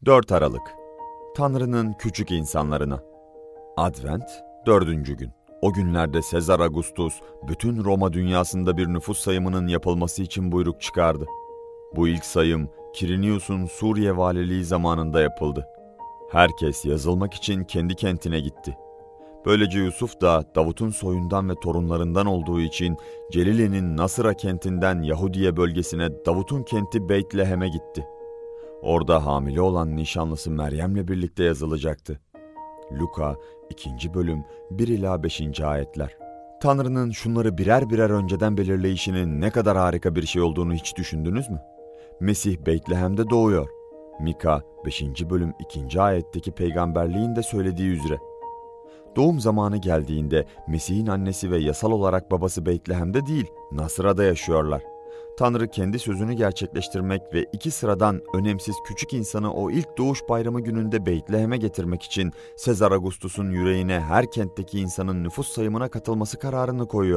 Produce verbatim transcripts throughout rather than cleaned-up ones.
dört Aralık. Tanrı'nın küçük insanlarına. Advent, dördüncü gün. O günlerde Sezar Augustus, bütün Roma dünyasında bir nüfus sayımının yapılması için buyruk çıkardı. Bu ilk sayım, Kirinius'un Suriye valiliği zamanında yapıldı. Herkes yazılmak için kendi kentine gitti. Böylece Yusuf da Davut'un soyundan ve torunlarından olduğu için Celile'nin Nasıra kentinden Yahudiye bölgesine Davut'un kenti Beytlehem'e gitti. Orada hamile olan nişanlısı Meryem'le birlikte yazılacaktı. Luka ikinci bölüm bir ila beşinci ayetler. Tanrı'nın şunları birer birer önceden belirleyişinin ne kadar harika bir şey olduğunu hiç düşündünüz mü? Mesih Beytlehem'de doğuyor. Mika beşinci bölüm ikinci ayetteki peygamberliğin de söylediği üzere. Doğum zamanı geldiğinde Mesih'in annesi ve yasal olarak babası Beytlehem'de değil, Nasıra'da yaşıyorlar. Tanrı kendi sözünü gerçekleştirmek ve iki sıradan önemsiz küçük insanı o ilk doğuş bayramı gününde Beytlehem'e getirmek için Sezar Augustus'un yüreğine her kentteki insanın nüfus sayımına katılması kararını koyuyor.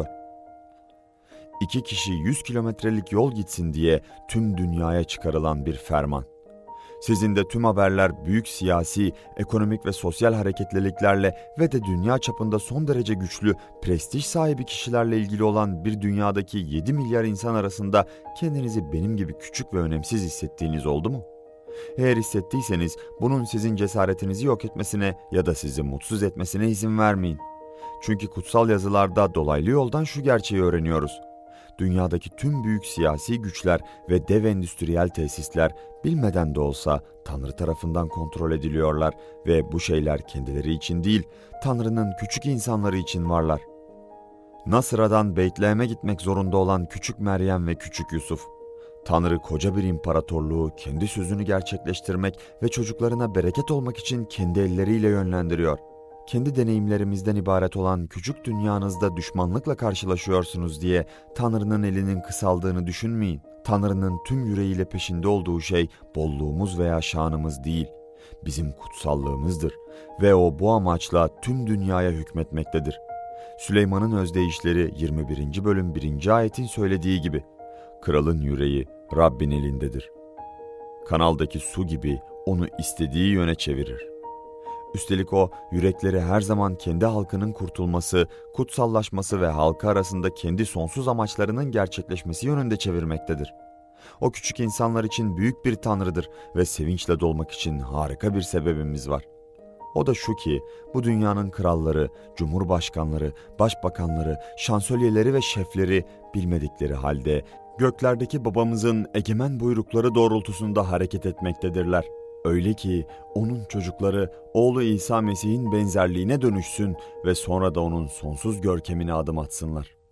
İki kişi yüz kilometrelik yol gitsin diye tüm dünyaya çıkarılan bir ferman. Sizin de tüm haberler büyük siyasi, ekonomik ve sosyal hareketliliklerle ve de dünya çapında son derece güçlü, prestij sahibi kişilerle ilgili olan bir dünyadaki yedi milyar insan arasında kendinizi benim gibi küçük ve önemsiz hissettiğiniz oldu mu? Eğer hissettiyseniz bunun sizin cesaretinizi yok etmesine ya da sizi mutsuz etmesine izin vermeyin. Çünkü kutsal yazılarda dolaylı yoldan şu gerçeği öğreniyoruz. Dünyadaki tüm büyük siyasi güçler ve dev endüstriyel tesisler bilmeden de olsa Tanrı tarafından kontrol ediliyorlar ve bu şeyler kendileri için değil, Tanrı'nın küçük insanları için varlar. Nasıra'dan Beytlehem'e gitmek zorunda olan küçük Meryem ve küçük Yusuf. Tanrı koca bir imparatorluğu kendi sözünü gerçekleştirmek ve çocuklarına bereket olmak için kendi elleriyle yönlendiriyor. Kendi deneyimlerimizden ibaret olan küçük dünyanızda düşmanlıkla karşılaşıyorsunuz diye Tanrı'nın elinin kısaldığını düşünmeyin. Tanrı'nın tüm yüreğiyle peşinde olduğu şey bolluğumuz veya şanımız değil, bizim kutsallığımızdır ve o bu amaçla tüm dünyaya hükmetmektedir. Süleyman'ın özdeyişleri yirmi birinci bölüm birinci ayetin söylediği gibi, kralın yüreği Rabbin elindedir. Kanaldaki su gibi onu istediği yöne çevirir. Üstelik o, yürekleri her zaman kendi halkının kurtulması, kutsallaşması ve halkı arasında kendi sonsuz amaçlarının gerçekleşmesi yönünde çevirmektedir. O küçük insanlar için büyük bir tanrıdır ve sevinçle dolmak için harika bir sebebimiz var. O da şu ki, bu dünyanın kralları, cumhurbaşkanları, başbakanları, şansölyeleri ve şefleri bilmedikleri halde göklerdeki babamızın egemen buyrukları doğrultusunda hareket etmektedirler. Öyle ki onun çocukları oğlu İsa Mesih'in benzerliğine dönüşsün ve sonra da onun sonsuz görkemine adım atsınlar.